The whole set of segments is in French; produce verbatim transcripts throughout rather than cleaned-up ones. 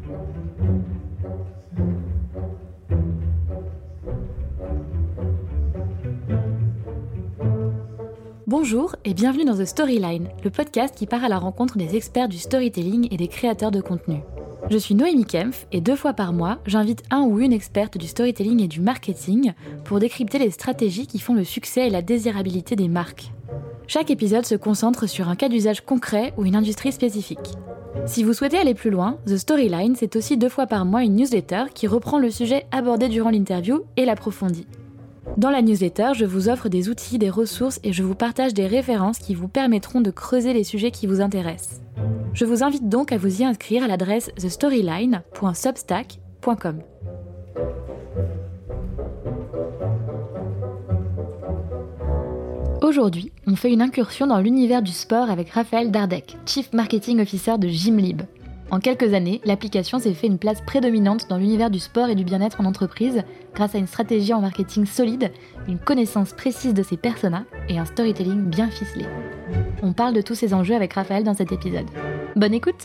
Bonjour et bienvenue dans The Storyline, le podcast qui part à la rencontre des experts du storytelling et des créateurs de contenu. Je suis Noémie Kempf et deux fois par mois, j'invite un ou une experte du storytelling et du marketing pour décrypter les stratégies qui font le succès et la désirabilité des marques. Chaque épisode se concentre sur un cas d'usage concret ou une industrie spécifique. Si vous souhaitez aller plus loin, The Storyline, c'est aussi deux fois par mois une newsletter qui reprend le sujet abordé durant l'interview et l'approfondit. Dans la newsletter, je vous offre des outils, des ressources et je vous partage des références qui vous permettront de creuser les sujets qui vous intéressent. Je vous invite donc à vous y inscrire à l'adresse the storyline point substack point com. Aujourd'hui, on fait une incursion dans l'univers du sport avec Raphaël Dardec, Chief Marketing Officer de Gymlib. En quelques années, l'application s'est fait une place prédominante dans l'univers du sport et du bien-être en entreprise grâce à une stratégie en marketing solide, une connaissance précise de ses personas et un storytelling bien ficelé. On parle de tous ces enjeux avec Raphaël dans cet épisode. Bonne écoute!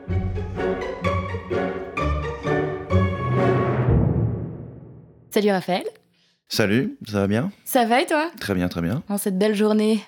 Salut Raphaël! Salut, ça va bien? Ça va et toi? Très bien, très bien. En cette belle journée.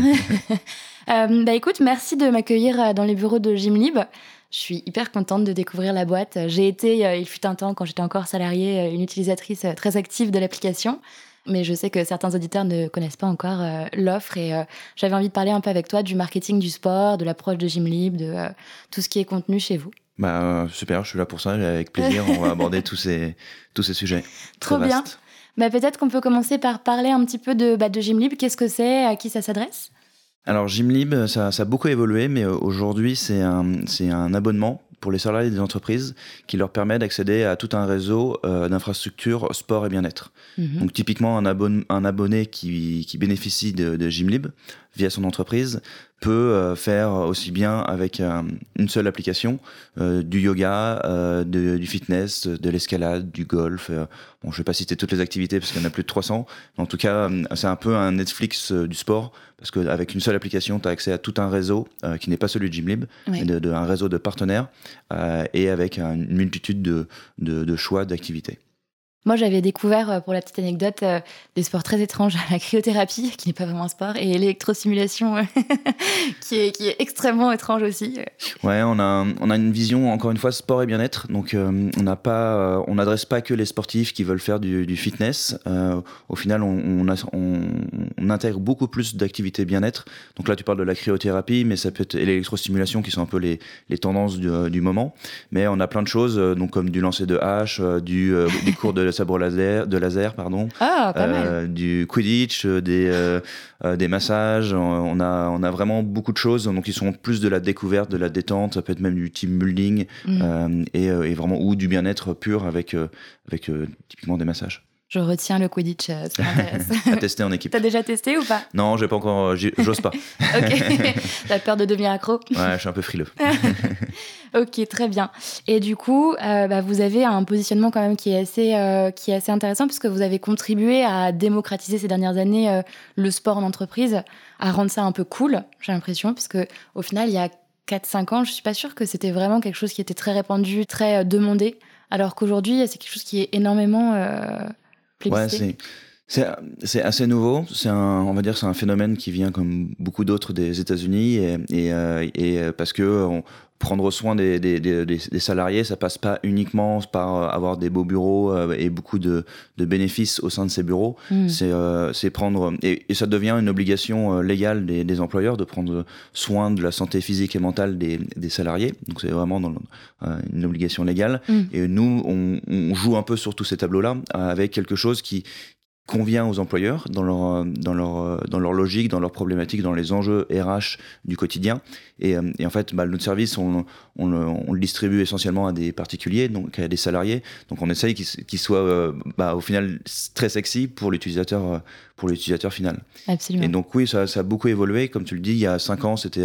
euh, bah écoute, merci de m'accueillir dans les bureaux de Gymlib. Je suis hyper contente de découvrir la boîte. J'ai été, euh, il fut un temps, quand j'étais encore salariée, une utilisatrice euh, très active de l'application. Mais je sais que certains auditeurs ne connaissent pas encore euh, l'offre. Et euh, j'avais envie de parler un peu avec toi du marketing du sport, de l'approche de Gymlib, de euh, tout ce qui est contenu chez vous. Bah, euh, super, je suis là pour ça. Avec plaisir, on va aborder tous ces, tous ces sujets. Trop bien. Bah, peut-être qu'on peut commencer par parler un petit peu de, bah, de Gymlib. Qu'est-ce que c'est? À qui ça s'adresse? Alors Gymlib, ça, ça a beaucoup évolué, mais aujourd'hui c'est un, c'est un abonnement pour les salariés des entreprises qui leur permet d'accéder à tout un réseau euh, d'infrastructures sport et bien-être. Mmh. Donc typiquement un, abon- un abonné qui, qui bénéficie de, de Gymlib via son entreprise peut euh, faire aussi bien avec euh, une seule application euh, du yoga, euh, de, du fitness, de l'escalade, du golf. Euh, bon, je vais pas citer toutes les activités parce qu'il y en a plus de trois cents. Mais en tout cas, c'est un peu un Netflix euh, du sport parce qu'avec une seule application, tu as accès à tout un réseau euh, qui n'est pas celui de Gymlib, oui. mais de, de, un réseau de partenaires euh, et avec une multitude de, de, de choix d'activités. Moi, j'avais découvert, pour la petite anecdote, euh, des sports très étranges, la cryothérapie, qui n'est pas vraiment un sport, et l'électrostimulation, qui, est, qui est extrêmement étrange aussi. Ouais, on a, on a une vision, encore une fois, sport et bien-être. Donc, euh, on n'a pas, euh, on n'adresse pas que les sportifs qui veulent faire du, du fitness. Euh, au final, on, on, a, on, on intègre beaucoup plus d'activités bien-être. Donc là, tu parles de la cryothérapie, mais ça peut être et l'électrostimulation, qui sont un peu les, les tendances du, du moment. Mais on a plein de choses, donc comme du lancer de hache, du, euh, des cours de sabre laser, de laser, pardon, ah, pas euh, mal. du Quidditch, des, euh, euh, des massages. On a, on a vraiment beaucoup de choses, donc ils sont plus de la découverte, de la détente. Ça peut être même du team building mmh. euh, et, et vraiment ou du bien-être pur avec, euh, avec euh, typiquement des massages. Je retiens le Quidditch, ça m'intéresse. À tester en équipe. T'as déjà testé ou pas? Non, j'ai pas encore, j'ose pas. Ok, t'as peur de devenir accro? Ouais, je suis un peu frileux. Ok, très bien. Et du coup, euh, bah, vous avez un positionnement quand même qui est assez, euh, qui est assez intéressant puisque vous avez contribué à démocratiser ces dernières années euh, le sport en entreprise, à rendre ça un peu cool, j'ai l'impression, parce que au final, il y a quatre cinq ans, je suis pas sûre que c'était vraiment quelque chose qui était très répandu, très euh, demandé, alors qu'aujourd'hui, c'est quelque chose qui est énormément euh, plébiscité. Ouais, c'est... C'est, c'est assez nouveau. C'est un, on va dire, c'est un phénomène qui vient comme beaucoup d'autres des États-Unis et, et, euh, et parce que on, prendre soin des, des, des, des salariés, ça passe pas uniquement par avoir des beaux bureaux et beaucoup de, de bénéfices au sein de ces bureaux. Mmh. C'est, euh, c'est prendre et, et ça devient une obligation légale des, des employeurs de prendre soin de la santé physique et mentale des, des salariés. Donc c'est vraiment dans le, euh, une obligation légale. Mmh. Et nous, on, on joue un peu sur tous ces tableaux-là avec quelque chose qui convient aux employeurs dans leur, dans leur, dans leur logique, dans leurs problématiques, dans les enjeux R H du quotidien. Et, et en fait, bah, notre service, on, on, le, on le distribue essentiellement à des particuliers, donc à des salariés. Donc on essaye qu'il, qu'il soit euh, bah, au final très sexy pour l'utilisateur, pour l'utilisateur final. Absolument. Et donc oui, ça, ça a beaucoup évolué. Comme tu le dis, il y a cinq ans, c'était,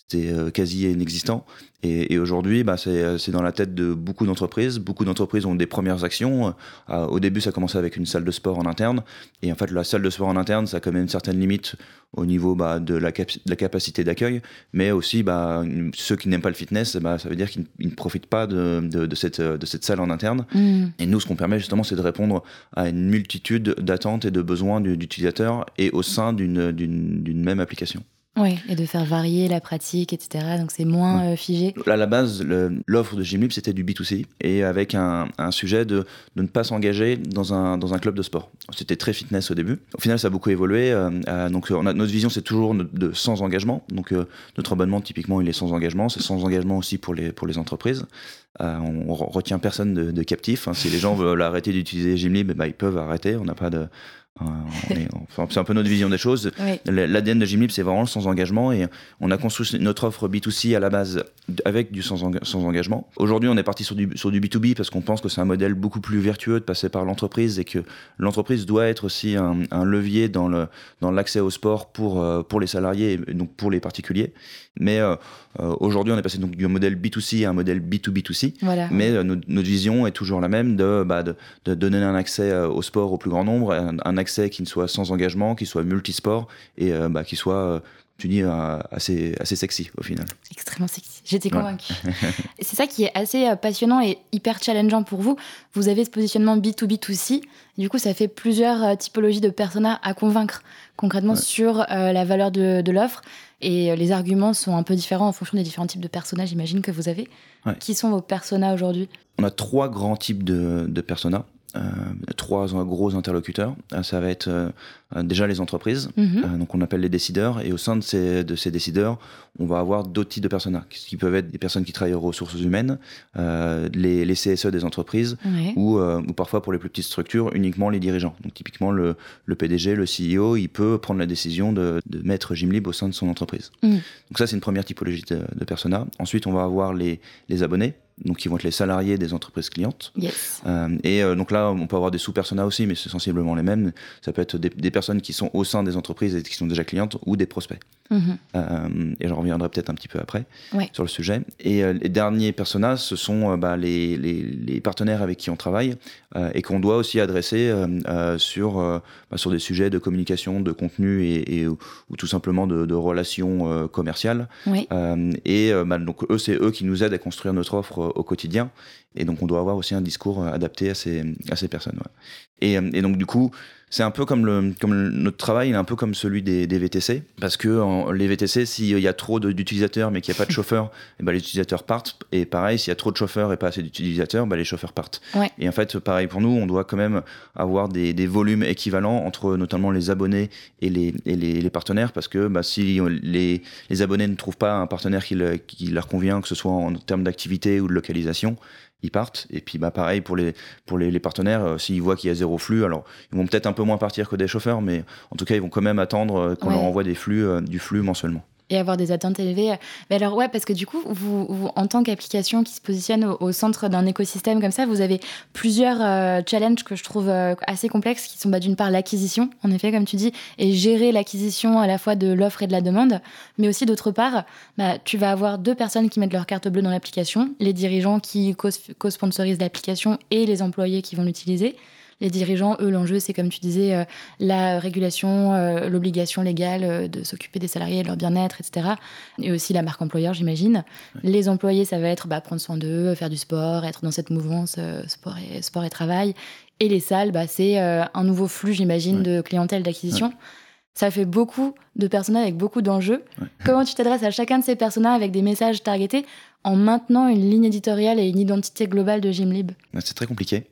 c'était euh, quasi inexistant. Et, et aujourd'hui, bah, c'est, c'est dans la tête de beaucoup d'entreprises. Beaucoup d'entreprises ont des premières actions. Euh, au début, ça commençait avec une salle de sport en interne. Et en fait, la salle de sport en interne, ça a quand même une certaine limite au niveau bah, de, la cap- de la capacité d'accueil. Mais aussi, bah, ceux qui n'aiment pas le fitness, bah, ça veut dire qu'ils ne profitent pas de, de, de, cette, de cette salle en interne. Mmh. Et nous, ce qu'on permet justement, c'est de répondre à une multitude d'attentes et de besoins du, d'utilisateurs et au sein d'une, d'une, d'une même application. Oui, et de faire varier la pratique, et cetera. Donc c'est moins ouais. euh, figé. À la base, le, l'offre de Gymlib, c'était du B deux C et avec un, un sujet de, de ne pas s'engager dans un, dans un club de sport. C'était très fitness au début. Au final, ça a beaucoup évolué. Euh, donc on a, notre vision, c'est toujours de, de sans engagement. Donc euh, notre abonnement, typiquement, il est sans engagement. C'est sans engagement aussi pour les, pour les entreprises. Euh, on, on retient personne de, de captif. Hein. Si les gens veulent arrêter d'utiliser Gymlib, bah, ils peuvent arrêter. On n'a pas de... Euh, on est, enfin, c'est un peu notre vision des choses. Oui. L'A D N de Gymlib, c'est vraiment le sans engagement et on a construit notre offre B deux C à la base avec du sans, enga- sans engagement. Aujourd'hui, on est parti sur du, sur du B deux B parce qu'on pense que c'est un modèle beaucoup plus vertueux de passer par l'entreprise et que l'entreprise doit être aussi un, un levier dans, le, dans l'accès au sport pour, euh, pour les salariés et donc pour les particuliers. Mais euh, euh, aujourd'hui, on est passé donc du modèle B deux C à un modèle B deux B deux C. Voilà. Mais euh, notre, notre vision est toujours la même de, bah, de, de donner un accès au sport au plus grand nombre, un, un accès qui ne soit sans engagement, qui soit multisport et euh, bah, qui soit, euh, tu dis, euh, assez, assez sexy au final. Extrêmement sexy, j'étais convaincue. Ouais. C'est ça qui est assez passionnant et hyper challengeant pour vous. Vous avez ce positionnement B deux B deux C, du coup ça fait plusieurs euh, typologies de personas à convaincre concrètement ouais. sur euh, la valeur de, de l'offre. Et les arguments sont un peu différents en fonction des différents types de personas, j'imagine, que vous avez. Ouais. Qui sont vos personas aujourd'hui ? On a trois grands types de, de personas. Euh, trois gros interlocuteurs. Euh, ça va être euh, déjà les entreprises, mm-hmm. euh, donc on appelle les décideurs, et au sein de ces, de ces décideurs, on va avoir d'autres types de personas, qui peuvent être des personnes qui travaillent aux ressources humaines, euh, les, les C S E des entreprises, ouais. ou, euh, ou parfois pour les plus petites structures, uniquement les dirigeants. Donc typiquement le, le P D G, le C E O, il peut prendre la décision de, de mettre Gymlib au sein de son entreprise. Mm. Donc ça, c'est une première typologie de, de personas. Ensuite, on va avoir les, les abonnés, donc qui vont être les salariés des entreprises clientes. Yes. Euh, et euh, donc là, on peut avoir des sous-personas aussi, mais c'est sensiblement les mêmes. Ça peut être des, des personnes qui sont au sein des entreprises et qui sont déjà clientes, ou des prospects. Mm-hmm. Euh, et j'en reviendrai peut-être un petit peu après ouais. sur le sujet. Et euh, les derniers personas, ce sont euh, bah, les, les, les partenaires avec qui on travaille euh, et qu'on doit aussi adresser euh, euh, sur, euh, bah, sur des sujets de communication, de contenu et, et, ou, ou tout simplement de, de relations euh, commerciales. Oui. Euh, et euh, bah, donc eux, c'est eux qui nous aident à construire notre offre au quotidien, et donc on doit avoir aussi un discours adapté à ces, à ces personnes. Ouais. Et, et donc du coup, c'est un peu comme, le, comme le, notre travail, il est un peu comme celui des, des V T C, parce que en, les V T C, s'il y a trop de, d'utilisateurs mais qu'il n'y a pas de chauffeurs, et ben les utilisateurs partent, et pareil, s'il y a trop de chauffeurs et pas assez d'utilisateurs, ben les chauffeurs partent. Ouais. Et en fait, pareil pour nous, on doit quand même avoir des, des volumes équivalents entre notamment les abonnés et les, et les, les partenaires, parce que bah, si les, les abonnés ne trouvent pas un partenaire qui, le, qui leur convient, que ce soit en termes d'activité ou de localisation, ils partent. Et puis bah pareil pour les pour les, les partenaires, euh, s'ils voient qu'il y a zéro flux, alors ils vont peut-être un peu moins partir que des chauffeurs, mais en tout cas ils vont quand même attendre euh, qu'on ouais. leur envoie des flux euh, du flux mensuellement. Et avoir des attentes élevées. Mais alors, ouais, parce que du coup, vous, vous en tant qu'application qui se positionne au, au centre d'un écosystème comme ça, vous avez plusieurs euh, challenges que je trouve euh, assez complexes, qui sont bah, d'une part l'acquisition, en effet, comme tu dis, et gérer l'acquisition à la fois de l'offre et de la demande, mais aussi d'autre part, bah, tu vas avoir deux personnes qui mettent leur carte bleue dans l'application, les dirigeants qui co-sponsorisent l'application et les employés qui vont l'utiliser. Les dirigeants, eux, l'enjeu, c'est comme tu disais, euh, la régulation, euh, l'obligation légale euh, de s'occuper des salariés, de leur bien-être, et cetera. Et aussi la marque employeur, j'imagine. Ouais. Les employés, ça va être bah, prendre soin d'eux, faire du sport, être dans cette mouvance euh, sport, et, sport et travail. Et les salles, bah, c'est euh, un nouveau flux, j'imagine, ouais. de clientèle, d'acquisition. Ouais. Ça fait beaucoup de personas avec beaucoup d'enjeux. Ouais. Comment tu t'adresses à chacun de ces personas avec des messages targetés en maintenant une ligne éditoriale et une identité globale de Gymlib? C'est très compliqué.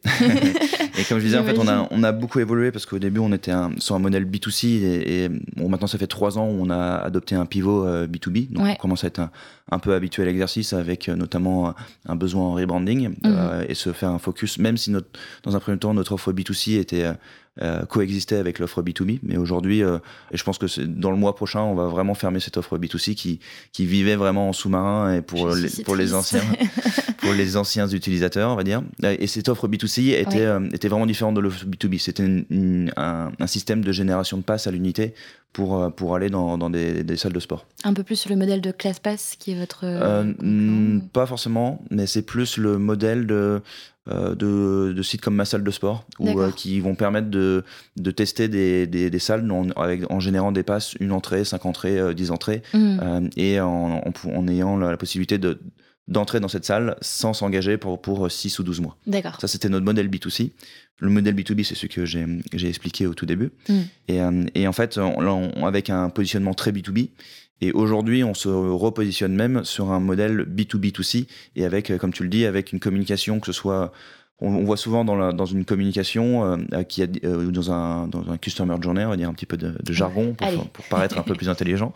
Et comme je disais, en fait, on a, on a beaucoup évolué parce qu'au début, on était un, sur un modèle B deux C et, et bon, maintenant, ça fait trois ans où on a adopté un pivot euh, B deux B. Donc, ouais. on commence à être un, un peu habitué à l'exercice avec euh, notamment un besoin en rebranding mmh. euh, et se faire un focus, même si notre, dans un premier temps, notre offre B deux C était... Euh, Euh, coexister avec l'offre B deux B, mais aujourd'hui, euh, et je pense que c'est, dans le mois prochain, on va vraiment fermer cette offre B deux C qui, qui vivait vraiment en sous-marin et pour les, pour les anciens, pour les anciens utilisateurs, on va dire. Et cette offre B deux C était, ouais. euh, était vraiment différente de l'offre B deux B. C'était une, une, un, un système de génération de passes à l'unité pour, pour aller dans, dans des, des salles de sport. Un peu plus sur le modèle de ClassPass qui est votre... Euh, n- pas forcément, mais c'est plus le modèle de... Euh, de, de sites comme Ma Salle de Sport où, euh, qui vont permettre de, de tester des, des, des salles en, avec, en générant des passes, une entrée, cinq entrées, euh, dix entrées mmh. euh, et en, en, en ayant la, la possibilité de, d'entrer dans cette salle sans s'engager pour, pour six ou douze mois. D'accord. Ça, c'était notre modèle B deux C. Le modèle B deux B, c'est celui que j'ai, j'ai expliqué au tout début. Mmh. Et, euh, et en fait, on, on, avec un positionnement très B deux B, et aujourd'hui, on se repositionne même sur un modèle B deux B deux C, et avec, comme tu le dis, avec une communication, que ce soit... On, on voit souvent dans, la, dans une communication, euh, qui a, euh, dans, un, dans un customer journey, on va dire un petit peu de, de jargon, pour, pour paraître un peu plus intelligent.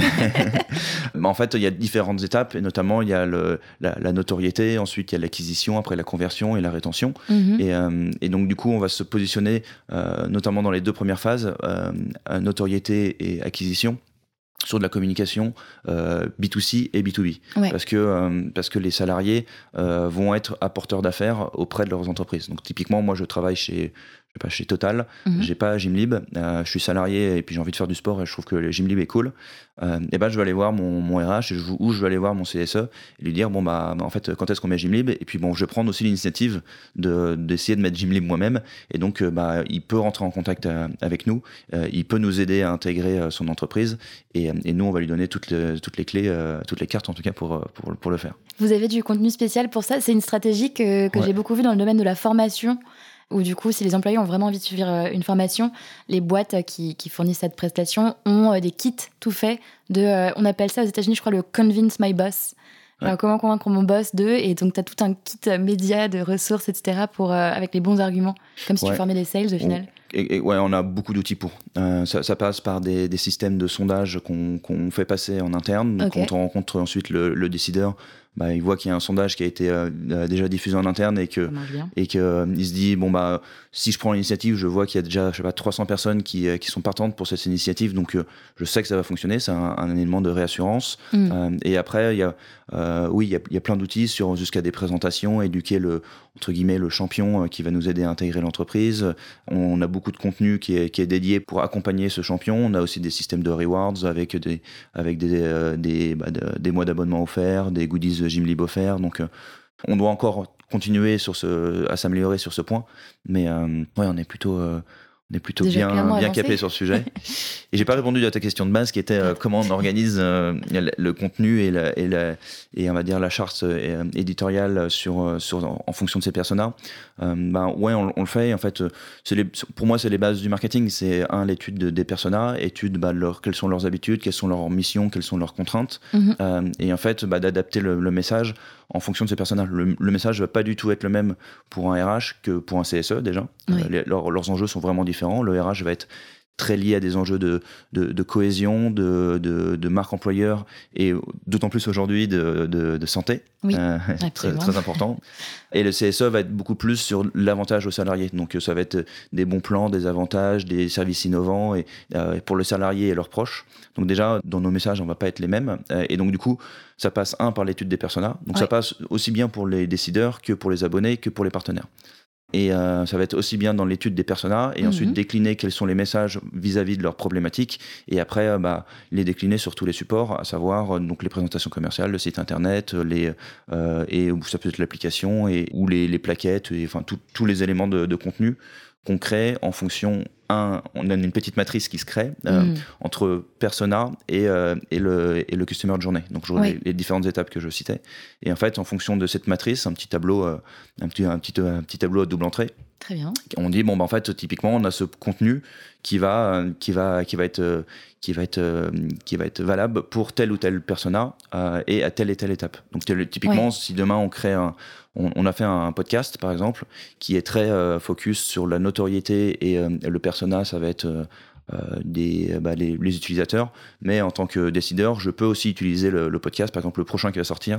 Mais en fait, il y a différentes étapes, et notamment, il y a le, la, la notoriété, ensuite il y a l'acquisition, après la conversion et la rétention. Mm-hmm. Et, euh, et donc, du coup, on va se positionner, euh, notamment dans les deux premières phases, euh, notoriété et acquisition, sur de la communication euh, B deux C et B deux B. Ouais. Parce que, euh, parce que les salariés euh, vont être apporteurs d'affaires auprès de leurs entreprises. Donc typiquement, moi je travaille chez, je sais pas, chez Total, mm-hmm. j'ai pas Gymlib, euh, je suis salarié et puis j'ai envie de faire du sport et je trouve que le Gymlib est cool. Euh, et ben je vais aller voir mon, mon R H et je, ou je vais aller voir mon C S E et lui dire bon bah en fait quand est-ce qu'on met Gymlib, et puis bon je vais prendre aussi l'initiative de, d'essayer de mettre Gymlib moi-même, et donc euh, bah il peut rentrer en contact euh, avec nous, euh, il peut nous aider à intégrer euh, son entreprise, et, et nous on va lui donner toutes les, toutes les clés, euh, toutes les cartes en tout cas pour, pour, pour le faire. Vous avez du contenu spécial pour ça? C'est une stratégie que, que ouais. j'ai beaucoup vue dans le domaine de la formation, où du coup, si les employés ont vraiment envie de suivre une formation, les boîtes qui, qui fournissent cette prestation ont des kits tout faits de, euh, on appelle ça aux États-Unis, je crois, le Convince My Boss. Ouais. Alors, comment convaincre mon boss d'eux, et donc tu as tout un kit média de ressources, et cetera, pour, euh, avec les bons arguments, comme si ouais. tu formais des sales au final. Et, et, ouais, on a beaucoup d'outils pour. Euh, ça, ça passe par des, des systèmes de sondage qu'on, qu'on fait passer en interne. Donc, okay. Quand on rencontre ensuite le, le décideur, bah, il voit qu'il y a un sondage qui a été euh, déjà diffusé en interne, et que et que euh, il se dit bon bah si je prends l'initiative, je vois qu'il y a déjà je sais pas trois cents personnes qui euh, qui sont partantes pour cette initiative, donc euh, je sais que ça va fonctionner. C'est un, un élément de réassurance. Mm. Euh, et après il y a euh, oui il y a il y a plein d'outils sur jusqu'à des présentations, éduquer le entre guillemets le champion euh, qui va nous aider à intégrer l'entreprise. On a beaucoup de contenu qui est qui est dédié pour accompagner ce champion. On a aussi des systèmes de rewards avec des avec des euh, des bah, de, des mois d'abonnement offerts, des goodies Gymlib offert, donc euh, on doit encore continuer sur ce, à s'améliorer sur ce point, mais euh, ouais, on est plutôt, euh, on est plutôt Déjà bien, bien capé sur ce sujet. Et j'ai pas répondu à ta question de base qui était euh, comment on organise euh, le, le contenu et, la, et, la, et on va dire la charte euh, éditoriale sur, sur, en, en fonction de ces personas. Euh, ben ouais, on, on le fait. En fait, c'est les, pour moi, c'est les bases du marketing. C'est un, l'étude de, des personas, étude bah, leur, quelles sont leurs habitudes, quelles sont leurs missions, quelles sont leurs contraintes, mm-hmm. euh, et en fait, bah, d'adapter le, le message en fonction de ces personnages. Le, le message ne va pas du tout être le même pour un R H que pour un C S E déjà. Oui. Euh, les, leurs, leurs enjeux sont vraiment différents. Le R H va être très lié à des enjeux de, de, de cohésion, de, de, de marque employeur, et d'autant plus aujourd'hui de, de, de santé, oui, euh, très, très important. Et le C S E va être beaucoup plus sur l'avantage aux salariés. Donc ça va être des bons plans, des avantages, des services innovants, et, euh, pour le salarié et leurs proches. Donc déjà, dans nos messages, on ne va pas être les mêmes. Et donc du coup, ça passe, un, par l'étude des personas. Donc ouais. ça passe aussi bien pour les décideurs que pour les abonnés, que pour les partenaires. Et euh, ça va être aussi bien dans l'étude des personas, et mmh. ensuite décliner quels sont les messages vis-à-vis de leurs problématiques, et après euh, bah, les décliner sur tous les supports, à savoir euh, donc les présentations commerciales, le site internet, les, euh, et ça peut être l'application, et, ou les, les plaquettes, et, enfin tous les éléments de, de contenu qu'on crée en fonction. Un, on a une petite matrice qui se crée euh, mmh. entre persona et, euh, et, le, et le customer journey. Donc, je vois oui. les, les différentes étapes que je citais. Et en fait, en fonction de cette matrice, un petit tableau, euh, un, petit, un, petit, un petit tableau à double entrée. Très bien. On dit bon, bah, en fait, typiquement, on a ce contenu qui va, qui va, qui va être, qui va être, qui va être valable pour tel ou tel persona euh, et à telle et telle étape. Donc, typiquement, oui. si demain on crée un On, on a fait un podcast, par exemple, qui est très euh, focus sur la notoriété, et euh, le persona, ça va être euh, des, bah, les, les utilisateurs. Mais en tant que décideur, je peux aussi utiliser le, le podcast. Par exemple, le prochain qui va sortir,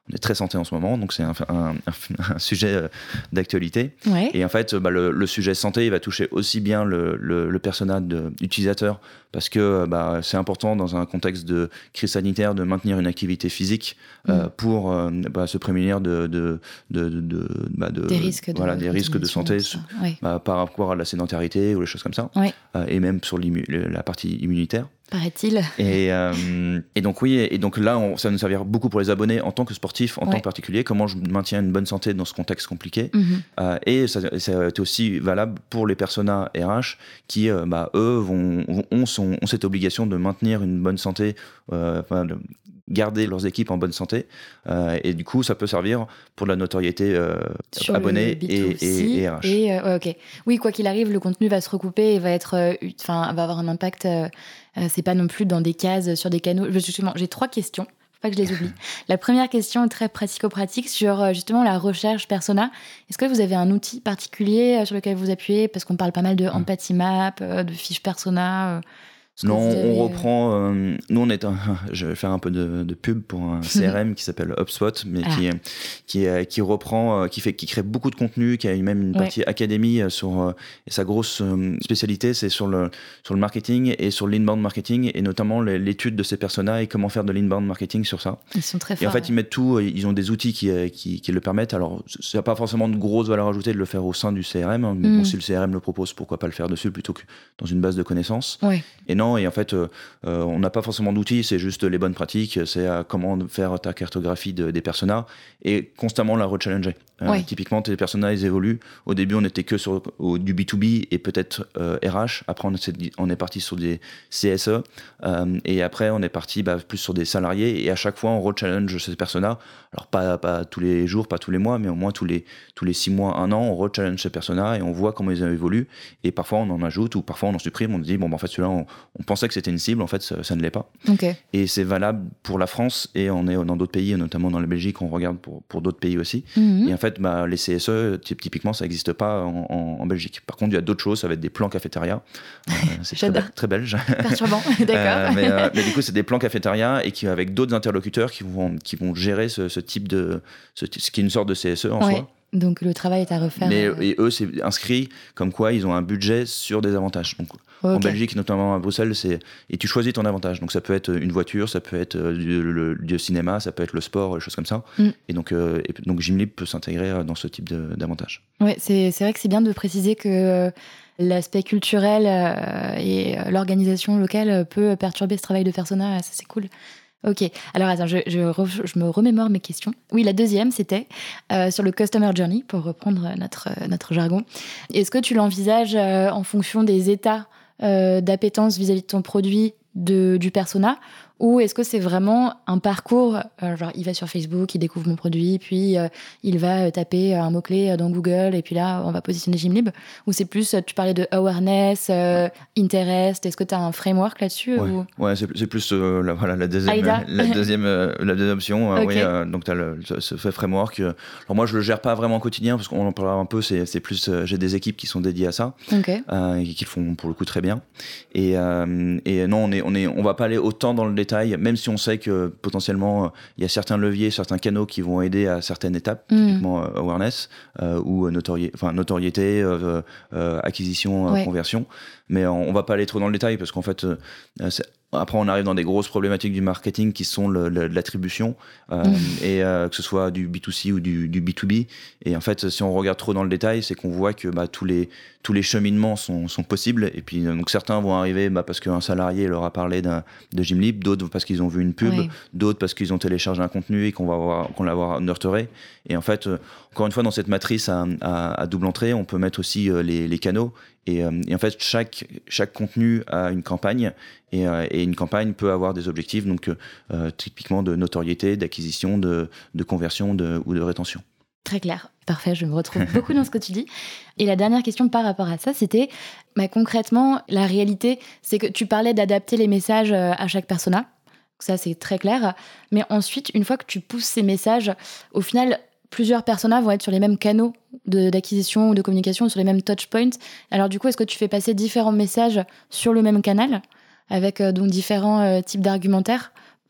on est très santé en ce moment, donc c'est un, un, un, un sujet d'actualité. Ouais. Et en fait, bah, le, le sujet santé, il va toucher aussi bien le, le, le persona de l'utilisateur, parce que bah, c'est important dans un contexte de crise sanitaire de maintenir une activité physique mmh. euh, pour euh, bah, se prémunir de, de, de, de, de, bah, de, des risques de, voilà, des risques de santé ouais. bah, par rapport à la sédentarité ou les choses comme ça, ouais. euh, et même sur la partie immunitaire. Paraît-il. Et, euh, et donc oui, et donc là, on, ça va nous servir beaucoup pour les abonnés en tant que sportif, en ouais. tant que particulier, comment je maintiens une bonne santé dans ce contexte compliqué. Mm-hmm. Euh, et ça, ça est aussi valable pour les personas R H qui, euh, bah, eux, vont, vont, ont, son, ont cette obligation de maintenir une bonne santé, euh, enfin, de garder leurs équipes en bonne santé. Euh, et du coup, ça peut servir pour de la notoriété euh, abonnés et, et, et R H. Et, euh, okay. Oui, quoi qu'il arrive, le contenu va se recouper et va, être, euh, va avoir un impact... Euh, Euh, c'est pas non plus dans des cases, sur des canaux. Justement, j'ai trois questions, faut pas que je les oublie. La première question est très pratico-pratique sur justement la recherche persona. Est-ce que vous avez un outil particulier sur lequel vous appuyez ? Parce qu'on parle pas mal de Empathy Map, de fiches persona. Non, avez... on reprend. Euh, nous, on est. Un, je vais faire un peu de, de pub pour un C R M qui s'appelle HubSpot, mais ah. qui, qui, qui reprend, qui fait, qui crée beaucoup de contenu, qui a même une partie ouais. académie sur. Et sa grosse spécialité, c'est sur le sur le marketing et sur l'inbound marketing, et notamment l'étude de ces personas et comment faire de l'inbound marketing sur ça. Ils sont très forts. Et en fait, ouais. ils mettent tout. Ils ont des outils qui qui, qui le permettent. Alors, ça n'a pas forcément de grosse valeur ajoutée de le faire au sein du C R M, hein, mais mm. bon, si le C R M le propose, pourquoi pas le faire dessus plutôt que dans une base de connaissances. Ouais. Et non. Et en fait, euh, on n'a pas forcément d'outils, c'est juste les bonnes pratiques, c'est euh, comment faire ta cartographie de, des personas et constamment la rechallenger. Euh, ouais. Typiquement, tes personas, ils évoluent. Au début, on n'était que sur au, du B deux B et peut-être euh, R H. Après, on est, on est parti sur des C S E. Euh, et après, on est parti bah, plus sur des salariés. Et à chaque fois, on rechallenge ces personas. Alors, pas, pas tous les jours, pas tous les mois, mais au moins tous les, tous les six mois, un an, on rechallenge ces personas et on voit comment ils évoluent. Et parfois, on en ajoute ou parfois, on en supprime. On se dit, bon, bah, en fait, celui-là, on, on pensait que c'était une cible. En fait, ça, ça ne l'est pas. Okay. Et c'est valable pour la France et on est dans d'autres pays, notamment dans la Belgique, on regarde pour, pour d'autres pays aussi. Mm-hmm. Et en fait, bah, les C S E, typiquement, ça n'existe pas en, en, en Belgique. Par contre, il y a d'autres choses, ça va être des plans cafétéria. Euh, c'est très, très belge. Perturbant, d'accord. Euh, mais, euh, mais du coup, c'est des plans cafétéria et qui, avec d'autres interlocuteurs qui vont, qui vont gérer ce, ce type de. Ce, ce qui est une sorte de C S E en ouais. soi. Donc le travail est à refaire. Mais euh... et eux, c'est inscrit comme quoi ils ont un budget sur des avantages. Donc, okay. En Belgique, notamment à Bruxelles, c'est et tu choisis ton avantage. Donc ça peut être une voiture, ça peut être du, le, du cinéma, ça peut être le sport, des choses comme ça. Mm. Et donc, euh, et donc Gymlib peut s'intégrer dans ce type de, d'avantages. Ouais, c'est c'est vrai que c'est bien de préciser que l'aspect culturel euh, et l'organisation locale peut perturber ce travail de persona. Ça c'est cool. Ok, alors attends, je, je, re, je me remémore mes questions. Oui, la deuxième, c'était euh, sur le Customer Journey, pour reprendre notre, notre jargon. Est-ce que tu l'envisages euh, en fonction des états euh, d'appétence vis-à-vis de ton produit, de, du persona, ou est-ce que c'est vraiment un parcours, euh, genre il va sur Facebook, il découvre mon produit, puis euh, il va taper un mot-clé dans Google, et puis là, on va positionner Gymlib, ou c'est plus, tu parlais de awareness, euh, interest, est-ce que tu as un framework là-dessus Ouais, ou... ouais c'est, c'est plus euh, la, voilà, la, deuxième, la, deuxième, euh, la deuxième option. Euh, okay. oui, euh, donc tu as le, ce, ce framework. Euh, alors moi, je le gère pas vraiment au quotidien, parce qu'on en parlera un peu, c'est, c'est plus, euh, j'ai des équipes qui sont dédiées à ça, okay. euh, et qui le font pour le coup très bien. Et, euh, et non, on est, on est, on va pas aller autant dans le détail, même si on sait que potentiellement il y a certains leviers, certains canaux qui vont aider à certaines étapes, mmh. typiquement euh, awareness euh, ou notori- enfin, notoriété, euh, euh, acquisition, ouais. euh, conversion. Mais on, on va pas aller trop dans le détail parce qu'en fait, euh, c'est, après on arrive dans des grosses problématiques du marketing qui sont le, le, l'attribution euh, mmh. et euh, que ce soit du B deux C ou du, du B deux B. Et en fait, si on regarde trop dans le détail, c'est qu'on voit que bah, tous les tous les cheminements sont, sont possibles. Et puis donc certains vont arriver bah, parce qu'un salarié leur a parlé d'un, de Gymlib, d'autres parce qu'ils ont vu une pub, oui. d'autres parce qu'ils ont téléchargé un contenu et qu'on va avoir, qu'on l'avoir nurturé. Et en fait, euh, encore une fois, dans cette matrice à, à, à double entrée, on peut mettre aussi euh, les, les canaux. Et, euh, et en fait, chaque, chaque contenu a une campagne et, euh, et une campagne peut avoir des objectifs, donc euh, typiquement de notoriété, d'acquisition, de, de conversion de, ou de rétention. Très clair. Parfait, je me retrouve beaucoup dans ce que tu dis. Et la dernière question par rapport à ça, c'était bah, concrètement, la réalité, c'est que tu parlais d'adapter les messages à chaque persona. Ça, c'est très clair. Mais ensuite, une fois que tu pousses ces messages, au final, plusieurs personas vont être sur les mêmes canaux de, d'acquisition ou de communication, sur les mêmes touchpoints. Alors du coup, est-ce que tu fais passer différents messages sur le même canal avec euh, donc différents euh, types d'argumentaires ?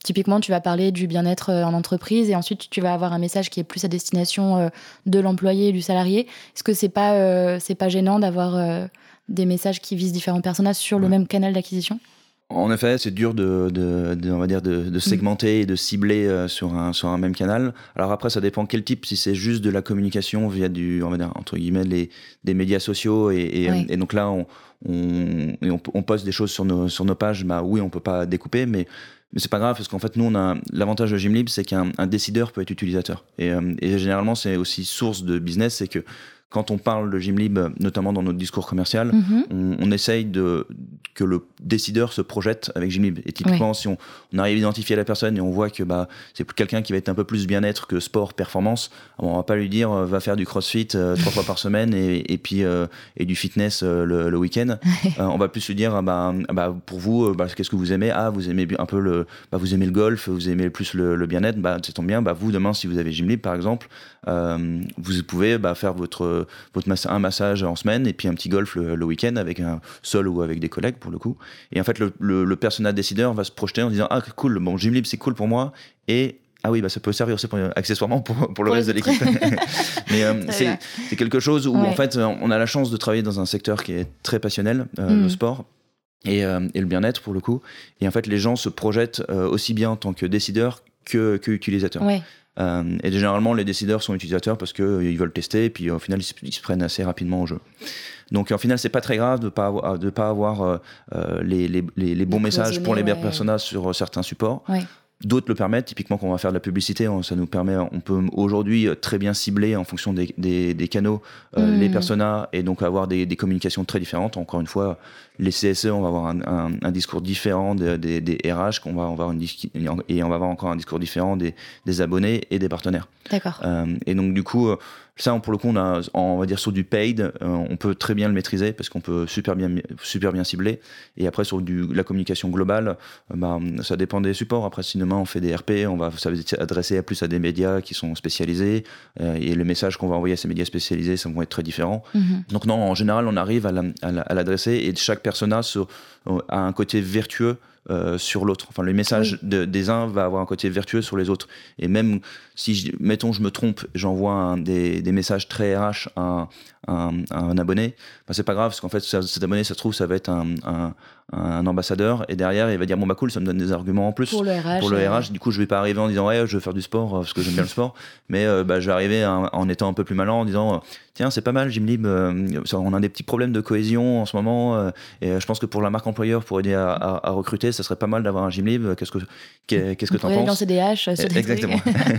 typiquement, tu vas parler du bien-être en entreprise et ensuite tu vas avoir un message qui est plus à destination de l'employé et du salarié. Est-ce que c'est pas, euh, c'est pas gênant d'avoir euh, des messages qui visent différents personnages sur ouais. le même canal d'acquisition ? En effet, c'est dur de, de, de, on va dire de, de segmenter mmh. et de cibler euh, sur, un, sur un même canal. Alors après, ça dépend quel type. Si c'est juste de la communication via du, on va dire, entre guillemets, les, des médias sociaux et, et, oui. et donc là, on, on, on, on poste des choses sur nos, sur nos pages, bah oui, on peut pas découper, mais Mais c'est pas grave parce qu'en fait, nous, on a l'avantage de Gymlib, c'est qu'un un décideur peut être utilisateur. Et, euh, et généralement, c'est aussi source de business, c'est que quand on parle de Gymlib, notamment dans notre discours commercial, mmh. on, on essaye de, que le décideur se projette avec Gymlib. Et typiquement, oui. si on, on arrive à identifier la personne et on voit que bah, c'est quelqu'un qui va être un peu plus bien-être que sport, performance, on va pas lui dire euh, va faire du crossfit euh, trois fois par semaine et, et puis euh, et du fitness euh, le, le week-end. euh, on va plus lui dire bah, bah, pour vous, bah, qu'est-ce que vous aimez ? Ah, vous aimez un peu le, bah, vous aimez le golf, vous aimez plus le, le bien-être. Bah, ça tombe bien. Bah, vous demain, si vous avez Gymlib par exemple, euh, vous pouvez bah, faire votre votre massa- un massage en semaine et puis un petit golf le, le week-end avec un seul ou avec des collègues pour le coup. Et en fait, le, le, le persona décideur va se projeter en disant ah cool, bon Gymlib c'est cool pour moi et ah oui bah ça peut servir aussi pour, accessoirement pour, pour le pour reste de l'équipe. Mais euh, c'est, c'est quelque chose où ouais. en fait on a la chance de travailler dans un secteur qui est très passionnel, euh, mmh. le sport. Et, euh, et le bien-être pour le coup. Et en fait, les gens se projettent euh, aussi bien en tant que décideurs que, que utilisateurs. Ouais. Euh, et généralement, les décideurs sont utilisateurs parce qu'ils euh, veulent tester et puis au final, ils se, ils se prennent assez rapidement au jeu. Donc au final, c'est pas très grave de pas avoir, de pas avoir euh, les, les, les, les bons les messages pour les ouais. personas sur certains supports. Ouais. D'autres le permettent, typiquement quand on va faire de la publicité, ça nous permet, on peut aujourd'hui très bien cibler en fonction des, des, des canaux euh, mmh. les personas et donc avoir des, des communications très différentes. Encore une fois, les C S E, on va avoir un, un, un discours différent des, des, des R H, qu'on va, on va avoir une, et on va avoir encore un discours différent des, des abonnés et des partenaires. D'accord. Euh, et donc du coup, ça, pour le coup, on, a, on va dire sur du paid, euh, on peut très bien le maîtriser parce qu'on peut super bien, super bien cibler. Et après, sur du, la communication globale, euh, bah, ça dépend des supports. Après, si demain on fait des R P, on va s'adresser plus à des médias qui sont spécialisés. Euh, et les messages qu'on va envoyer à ces médias spécialisés, ça vont être très différents. Mm-hmm. Donc non, en général, on arrive à, la, à, la, à l'adresser. Et chaque persona sur, a un côté vertueux Euh, sur l'autre. Enfin, le message oui. de, des uns va avoir un côté vertueux sur les autres. Et même si, je, mettons, je me trompe, j'envoie un, des, des messages très R H à un, à un abonné, ben, c'est pas grave, parce qu'en fait, ça, cet abonné, ça se trouve, ça va être un, un, un ambassadeur, et derrière, il va dire, bon, bah cool, ça me donne des arguments en plus. Pour le R H. Pour le R H, euh... du coup, je vais pas arriver en disant, ouais, je veux faire du sport, parce que j'aime bien le sport, mais euh, bah, je vais arriver en, en étant un peu plus malin, en disant, tiens, c'est pas mal, Gymlib, euh, on a des petits problèmes de cohésion en ce moment, euh, et je pense que pour la marque employeur, pour aider à, à, à recruter, ça serait pas mal d'avoir un Gymlib. Qu'est-ce que, qu'est-ce que t'en penses ? Lancer des haches sur des Exactement.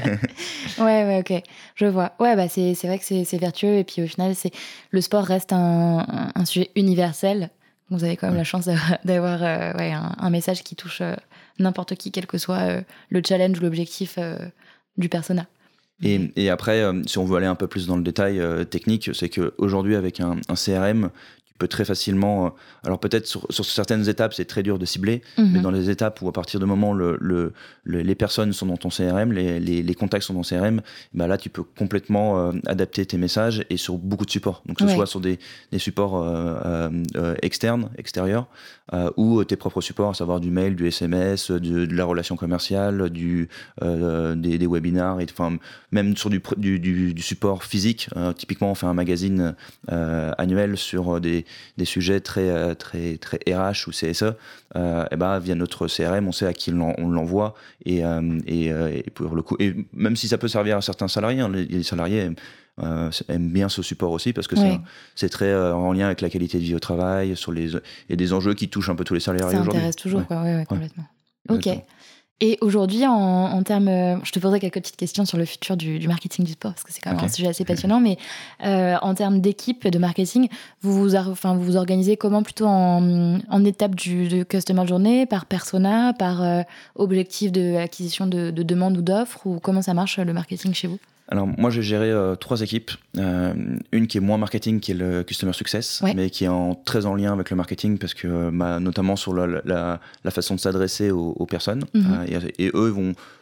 ouais, ouais, ok. Je vois. Ouais, bah, c'est, c'est vrai que c'est, c'est vertueux, et puis au final, c'est, le sport reste un, un, un sujet universel. Vous avez quand même ouais. la chance d'avoir, d'avoir euh, ouais, un, un message qui touche euh, n'importe qui, quel que soit euh, le challenge ou l'objectif euh, du persona. Et, et après, euh, si on veut aller un peu plus dans le détail euh, technique, c'est qu'aujourd'hui, avec un, un C R M, tu peux très facilement... Euh, alors peut-être sur, sur certaines étapes, c'est très dur de cibler, mm-hmm. mais dans les étapes où à partir du moment où le, le, le, les personnes sont dans ton C R M, les, les, les contacts sont dans ton C R M, bah là, tu peux complètement euh, adapter tes messages et sur beaucoup de supports. Donc que ce ouais. soit sur des, des supports euh, euh, externes, extérieurs, euh, ou tes propres supports, à savoir du mail, du S M S, de, de la relation commerciale, du, euh, des, des webinars, et, enfin, même sur du, du, du, du support physique. Euh, typiquement, on fait un magazine euh, annuel sur des, des sujets très, très, très R H ou C S E. Euh, et ben, via notre C R M, on sait à qui on l'envoie. Et, euh, et, et, pour le coup, et même si ça peut servir à certains salariés, hein, les, les salariés euh, aiment bien ce support aussi parce que oui. c'est, c'est très euh, en lien avec la qualité de vie au travail, sur les, et des enjeux qui touchent un peu tous les salariés aujourd'hui. Ça intéresse toujours, ouais. quoi. Ouais, ouais, complètement. Ouais. Ok. Exactement. Et aujourd'hui, en, en termes, je te poserai quelques petites questions sur le futur du, du marketing du sport, parce que c'est quand même okay. un sujet assez passionnant, mais euh, en termes d'équipe et de marketing, vous vous, enfin, vous vous organisez comment, plutôt en, en étape du, de customer journey, par persona, par euh, objectif d'acquisition de, de demandes ou d'offres, ou comment ça marche le marketing chez vous ? Alors moi j'ai géré euh, trois équipes, euh, une qui est moins marketing, qui est le Customer Success, ouais. mais qui est en, très en lien avec le marketing parce que bah, notamment sur la, la, la façon de s'adresser aux, aux personnes, mm-hmm. euh, et, et eux vont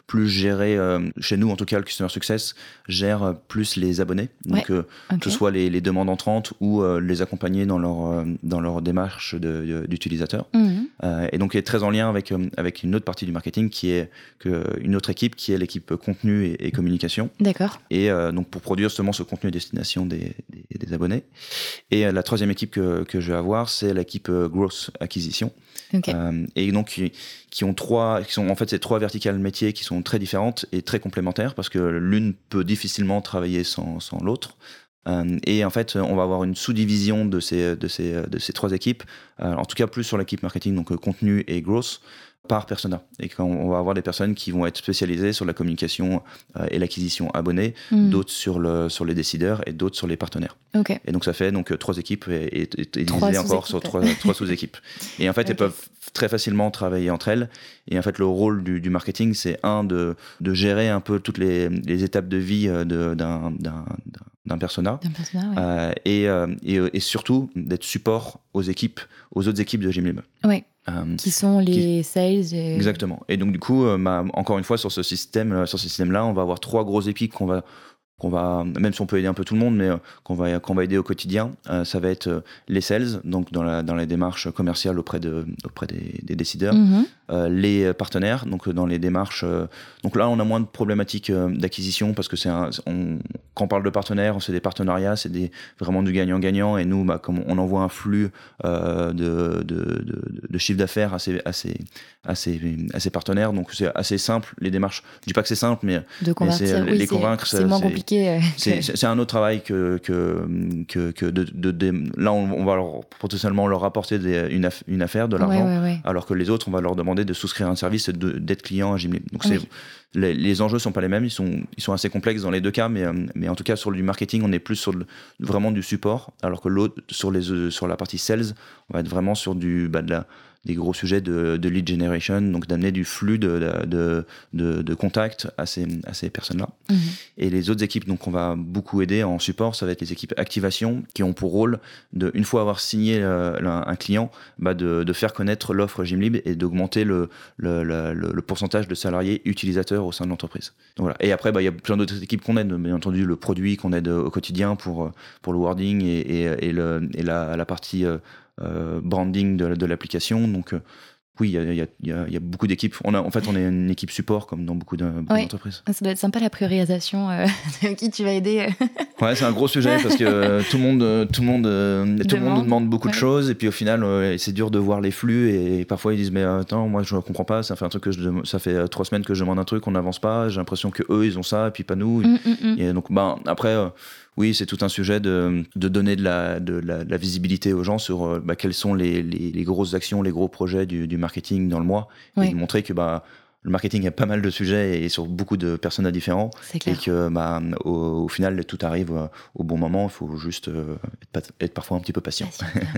plus gérer, euh, chez nous en tout cas, le Customer Success gère plus les abonnés, donc ouais. euh, okay. que ce soit les, les demandes entrantes ou euh, les accompagner dans leur, euh, dans leur démarche de, de, d'utilisateur. Mmh. Euh, et donc est très en lien avec, euh, avec une autre partie du marketing qui est que, une autre équipe qui est l'équipe contenu et, et communication. D'accord. Et euh, donc pour produire justement ce contenu à destination des, des, des abonnés. Et euh, la troisième équipe que, que je vais avoir, c'est l'équipe euh, Growth Acquisition. Okay. Euh, et donc qui, qui ont trois, qui sont en fait ces trois verticales métiers qui sont très différentes et très complémentaires parce que l'une peut difficilement travailler sans, sans l'autre. Euh, et en fait, on va avoir une sous-division de ces, de ces, de ces trois équipes, euh, en tout cas plus sur l'équipe marketing, donc euh, contenu et growth, par persona. Et quand on va avoir des personnes qui vont être spécialisées sur la communication euh, et l'acquisition abonnés, mmh. d'autres sur, le, sur les décideurs et d'autres sur les partenaires. Okay. Et donc ça fait donc trois équipes et, et, et, et divisées encore sur trois, trois sous-équipes. Et en fait, okay. elles peuvent très facilement travailler entre elles. Et en fait, le rôle du, du marketing, c'est un, de, de gérer un peu toutes les, les étapes de vie de, d'un, d'un, d'un persona. D'un persona, ouais. euh, et, euh, et, et surtout, d'être support aux équipes, aux autres équipes de Gymlib. Oui. Euh, qui sont les qui... sales et... Exactement. Et donc du coup, euh, bah, encore une fois, sur ce système, euh, sur ce système-là, on va avoir trois grosses équipes qu'on va, qu'on va, même si on peut aider un peu tout le monde, mais euh, qu'on va, qu'on va aider au quotidien. Euh, ça va être euh, les sales, donc dans la, dans les démarches commerciales auprès de, auprès des, des décideurs, mm-hmm. euh, les partenaires, donc dans les démarches. Euh, donc là, on a moins de problématiques euh, d'acquisition parce que c'est un, on, quand on parle de partenaires, c'est des partenariats, c'est des, vraiment du gagnant-gagnant. Et nous, bah, comme on envoie un flux euh, de, de, de, de chiffre d'affaires à ces, à, ces, à, ces, à ces partenaires, donc c'est assez simple les démarches. Je dis pas que c'est simple, mais, de convertir, mais c'est, oui, les convaincre, c'est, c'est moins compliqué. C'est, c'est, c'est un autre travail que, que, que, que de, de, de, là, on, on va leur, potentiellement leur apporter des, une, aff, une affaire, de l'argent, ouais, ouais, ouais. alors que les autres, on va leur demander de souscrire un service et de, d'être client à Gymlib. Donc, oui. c'est, les, les enjeux sont pas les mêmes, ils sont, ils sont assez complexes dans les deux cas, mais, mais en tout cas, sur du marketing, on est plus sur le, vraiment du support, alors que l'autre, sur, les, sur la partie sales, on va être vraiment sur du, bah, de la, des gros sujets de, de lead generation, donc d'amener du flux de, de, de, de contact à ces, à ces personnes-là. Mmh. Et les autres équipes donc, qu'on va beaucoup aider en support, ça va être les équipes activation qui ont pour rôle, de, une fois avoir signé euh, un client, bah de, de faire connaître l'offre Gymlib et d'augmenter le, le, le, le pourcentage de salariés utilisateurs au sein de l'entreprise. Donc, voilà. Et après, bah, il y a plein d'autres équipes qu'on aide, bien entendu le produit qu'on aide au quotidien pour, pour le wording et, et, et, le, et la, la partie... Euh, Euh, branding de, de l'application. Donc euh, oui, il y, y, y, y a beaucoup d'équipes. On a, en fait, on est une équipe support comme dans beaucoup, de, beaucoup ouais. d'entreprises. Ça doit être sympa la priorisation euh, de qui tu vas aider. Ouais, c'est un gros sujet parce que euh, tout le monde, euh, tout le monde, euh, tout le monde nous demande beaucoup ouais. de choses et puis au final, euh, c'est dur de voir les flux et, et parfois ils disent mais attends, moi je comprends pas. Ça fait un truc que je, ça fait euh, trois semaines que je demande un truc, on n'avance pas. J'ai l'impression que eux ils ont ça et puis pas nous. Mm, mm, mm. Et donc bah après. Euh, Oui, c'est tout un sujet de, de donner de la, de, la, de la visibilité aux gens sur bah, quelles sont les, les, les grosses actions, les gros projets du, du marketing dans le mois. Oui. Et de montrer que bah, le marketing a pas mal de sujets et sur beaucoup de personnages différents. C'est clair. Et que bah, au, au final, tout arrive au bon moment. Il faut juste euh, être, être parfois un petit peu patient.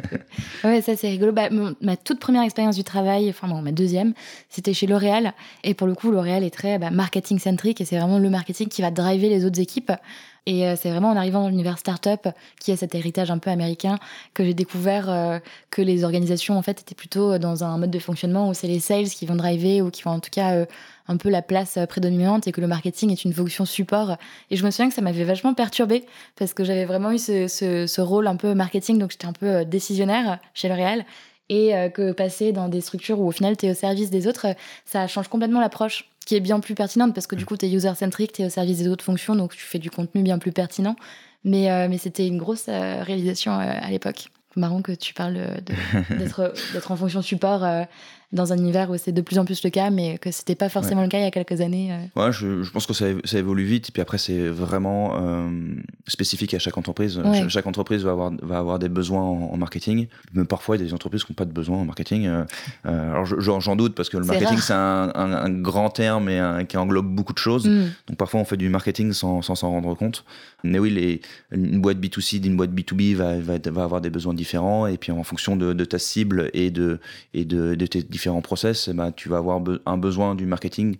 Ouais, ça c'est rigolo. Bah, mon, ma toute première expérience du travail, enfin bon, ma deuxième, c'était chez L'Oréal. Et pour le coup, L'Oréal est très bah, marketing-centrique et c'est vraiment le marketing qui va driver les autres équipes. Et euh, c'est vraiment en arrivant dans l'univers startup, qui a cet héritage un peu américain, que j'ai découvert euh, que les organisations en fait étaient plutôt dans un mode de fonctionnement où c'est les sales qui vont driver ou qui vont en tout cas euh, un peu la place prédominante et que le marketing est une fonction support. Et je me souviens que ça m'avait vachement perturbée parce que j'avais vraiment eu ce, ce, ce rôle un peu marketing, donc j'étais un peu décisionnaire chez L'Oréal. Et euh, que passer dans des structures où au final t'es au service des autres, ça change complètement l'approche, qui est bien plus pertinente parce que du coup t'es user-centric, t'es au service des autres fonctions, donc tu fais du contenu bien plus pertinent. Mais, euh, mais c'était une grosse euh, réalisation euh, à l'époque. Marrant que tu parles de, d'être, d'être en fonction support euh, dans un univers où c'est de plus en plus le cas, mais que c'était pas forcément ouais. le cas il y a quelques années. Euh. Ouais, je, je pense que ça, ça évolue vite, et puis après c'est vraiment euh, spécifique à chaque entreprise. Ouais. Ch- chaque entreprise va avoir, va avoir des besoins en, en marketing, mais parfois il y a des entreprises qui n'ont pas de besoin en marketing. Euh, euh, alors je, j'en doute, parce que le c'est marketing rare. c'est un, un, un grand terme et un, qui englobe beaucoup de choses, mm. donc parfois on fait du marketing sans, sans s'en rendre compte. Mais oui, les, une boîte B deux C d'une boîte B deux B va, va, va avoir des besoins différents, et puis en fonction de, de ta cible et de, et de, de tes différents process, bah, tu vas avoir be- un besoin du marketing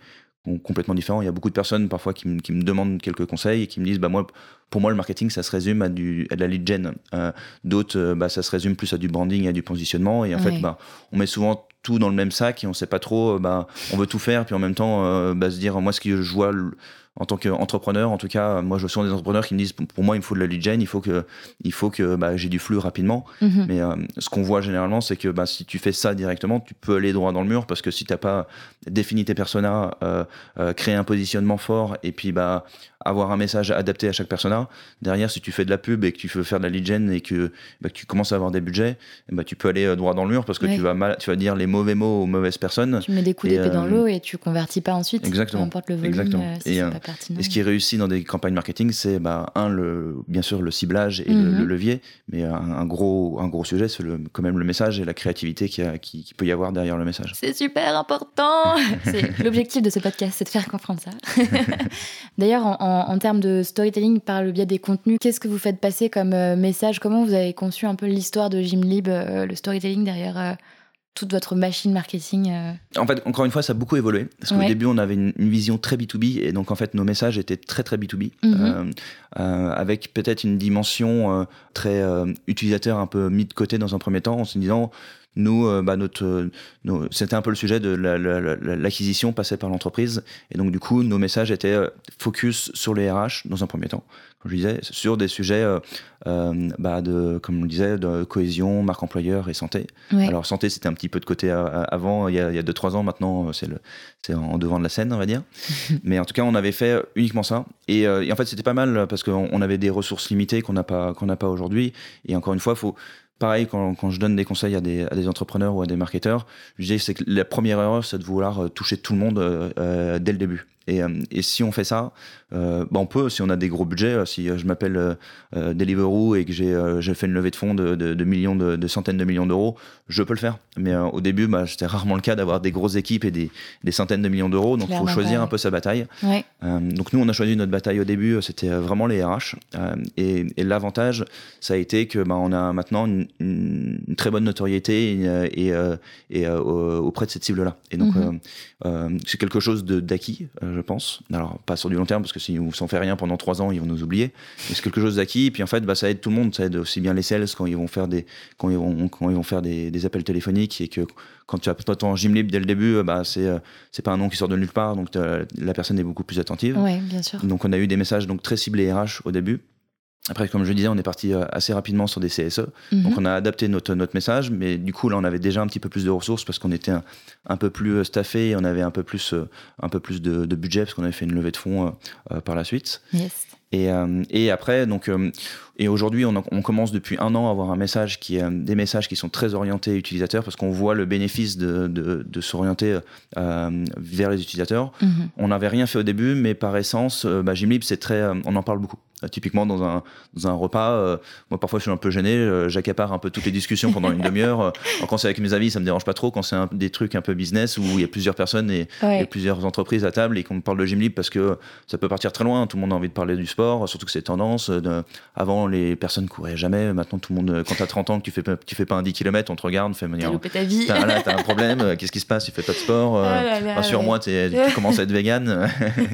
complètement différents. Il y a beaucoup de personnes parfois qui, m- qui me demandent quelques conseils et qui me disent bah, moi, pour moi, le marketing, ça se résume à, du, à de la lead gen. Euh, d'autres, euh, bah, ça se résume plus à du branding, à du positionnement. Et en Ouais. fait, bah, on met souvent tout dans le même sac et on ne sait pas trop, euh, bah, on veut tout faire, puis en même temps, euh, bah, se dire, moi, ce que je vois le- en tant qu'entrepreneur, en tout cas, moi, je vois souvent des entrepreneurs qui me disent, pour moi, il me faut de la lead gen, il faut que, il faut que bah, j'ai du flux rapidement. Mhm. Mais euh, ce qu'on voit généralement, c'est que bah, si tu fais ça directement, tu peux aller droit dans le mur parce que si tu n'as pas défini tes personas, euh, euh, créé un positionnement fort et puis bah, avoir un message adapté à chaque persona, derrière, si tu fais de la pub et que tu veux faire de la lead gen et que, bah, que tu commences à avoir des budgets, bah, tu peux aller euh, droit dans le mur parce que Ouais. tu, vas mal, tu vas dire les mauvais mots aux mauvaises personnes. Tu mets des coups Et, d'épée dans euh, l'eau et tu convertis pas ensuite. Exactement. Peu importe le volume, Exactement. euh, si Et, c'est euh, pas pertinent. Et ce qui réussit dans des campagnes marketing, c'est bah, un, le, bien sûr le ciblage et Mhm. le, le levier, mais un, un, gros, un gros sujet, c'est le, quand même le message et la créativité qu'il y a, qui, qui peut y avoir derrière le message. C'est super important. C'est l'objectif de ce podcast, c'est de faire comprendre ça. D'ailleurs, en, en, en termes de storytelling par le biais des contenus, qu'est-ce que vous faites passer comme euh, message? Comment vous avez conçu un peu l'histoire de Gymlib, euh, le storytelling derrière euh, toute votre machine marketing euh... En fait, encore une fois, ça a beaucoup évolué. Parce qu'au Ouais. début, on avait une, une vision très B deux B. Et donc, en fait, nos messages étaient très, très B deux B. Mhm. Euh, euh, avec peut-être une dimension euh, très euh, utilisateur un peu mis de côté dans un premier temps, en se disant... Nous, euh, bah, notre, euh, nos, c'était un peu le sujet de la, la, la, l'acquisition passée par l'entreprise. Et donc, du coup, nos messages étaient euh, focus sur les R H dans un premier temps, comme je disais, sur des sujets, euh, euh, bah, de, comme on le disait, de cohésion, marque employeur et santé. Ouais. Alors, santé, c'était un petit peu de côté à, à, avant, il y a deux trois ans. Maintenant, c'est, le, c'est en devant de la scène, on va dire. Mais en tout cas, on avait fait uniquement ça. Et, euh, et en fait, c'était pas mal parce qu'on on avait des ressources limitées qu'on n'a pas, qu'on n'a pas aujourd'hui. Et encore une fois, il faut... Pareil, quand, quand je donne des conseils à des, à des entrepreneurs ou à des marketeurs, je dis c'est que la première erreur, c'est de vouloir euh, toucher tout le monde euh, euh, dès le début. Et, euh, et si on fait ça, euh, bah on peut, si on a des gros budgets, euh, si euh, je m'appelle euh, euh, Deliveroo et que j'ai, euh, j'ai fait une levée de fonds de, de, de millions, de, de centaines de millions d'euros, je peux le faire. Mais euh, au début, bah, c'était rarement le cas d'avoir des grosses équipes et des, des centaines de millions d'euros. Donc il faut choisir pas, un ouais. peu sa bataille. Ouais. Euh, donc nous, on a choisi notre bataille au début, c'était vraiment les R H. Euh, et, et l'avantage, ça a été que bah, on a maintenant une, une, une très bonne notoriété et, et, euh, et euh, auprès de cette cible-là. Et donc, mm-hmm. euh, euh, c'est quelque chose de, d'acquis, euh, je pense. Alors, pas sur du long terme, parce que si on s'en fait rien pendant trois ans, ils vont nous oublier. Mais c'est quelque chose d'acquis. Et puis, en fait, bah, ça aide tout le monde. Ça aide aussi bien les sales quand ils vont faire des, quand ils vont, quand ils vont faire des, des appels téléphoniques et que quand tu as ton Gymlib dès le début, bah, c'est, c'est pas un nom qui sort de nulle part. Donc, la personne est beaucoup plus attentive. Ouais, bien sûr. Donc, on a eu des messages donc, très ciblés R H au début. Après, comme je disais, on est parti assez rapidement sur des C S E. Mm-hmm. Donc, on a adapté notre, notre message. Mais du coup, là, on avait déjà un petit peu plus de ressources parce qu'on était un, un peu plus staffé et on avait un peu plus, un peu plus de, de budget parce qu'on avait fait une levée de fonds euh, par la suite. Yes. Et, euh, et après, donc, euh, et aujourd'hui, on, on commence depuis un an à avoir un message qui est des messages qui sont très orientés utilisateurs parce qu'on voit le bénéfice de, de, de s'orienter euh, vers les utilisateurs. Mm-hmm. On n'avait rien fait au début, mais par essence, euh, bah, Gymlib, c'est très, euh, on en parle beaucoup. Euh, typiquement dans un, dans un repas, euh, moi parfois je suis un peu gêné, euh, j'accapare un peu toutes les discussions pendant une demi-heure. Euh, quand c'est avec mes amis, ça me dérange pas trop. Quand c'est un, des trucs un peu business où il y a plusieurs personnes et, ouais. et plusieurs entreprises à table et qu'on me parle de Gymlib parce que ça peut partir très loin. Tout le monde a envie de parler du sport, surtout que c'est tendance. De, avant, les personnes couraient jamais. Maintenant, tout le monde, quand t'as trente ans, que tu fais, tu fais pas un dix kilomètres, on te regarde, on fait manière. T'as loupé ta vie. T'as, là, t'as un problème. Qu'est-ce qui se passe? Tu fais pas de sport. Ah là là, Rassure-moi, ouais. tu commences à être vegan.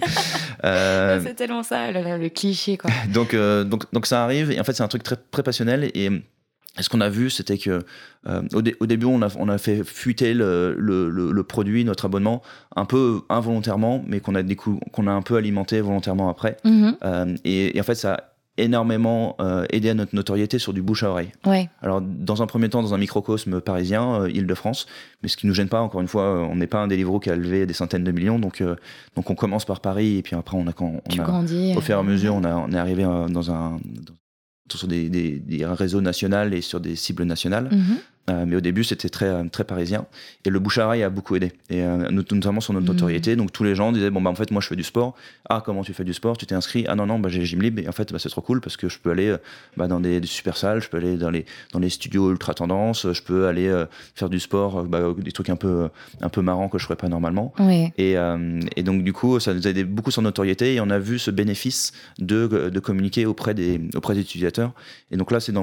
euh, c'est tellement ça, là, là, le cliché, quoi. Donc, euh, donc, donc ça arrive, et en fait c'est un truc très, très passionnel, et, et ce qu'on a vu c'était que euh, au, dé, au début on a, on a fait fuiter le, le, le, le produit, notre abonnement, un peu involontairement, mais qu'on a, décou- qu'on a un peu alimenté volontairement après, mm-hmm. euh, et, et en fait ça a énormément euh, aidé à notre notoriété sur du bouche à oreille. Ouais. Alors dans un premier temps dans un microcosme parisien, euh, Île-de-France, mais ce qui nous gêne pas, encore une fois, euh, on n'est pas un Deliveroo qui a levé des centaines de millions, donc euh, donc on commence par Paris et puis après on a quand on tu a grandis, au fur et à mesure on a on est arrivé euh, dans un dans, sur des, des, des réseaux nationaux et sur des cibles nationales. Mm-hmm. Euh, mais au début, c'était très, très parisien. Et le bouche à oreille a beaucoup aidé, et, euh, notamment sur notre notoriété. Mmh. Donc tous les gens disaient, bon, bah, en fait, moi, je fais du sport. Ah, comment tu fais du sport? Tu t'es inscrit? Ah non, non, bah, j'ai Gymlib. Et en fait, bah, c'est trop cool parce que je peux aller bah, dans des, des super salles, je peux aller dans les, dans les studios ultra tendance, je peux aller euh, faire du sport, bah, des trucs un peu, un peu marrants que je ne ferais pas normalement. Oui. Et, euh, et donc, du coup, ça nous a aidé beaucoup sur notoriété et on a vu ce bénéfice de, de communiquer auprès des, auprès des utilisateurs. Et donc là, c'est dans...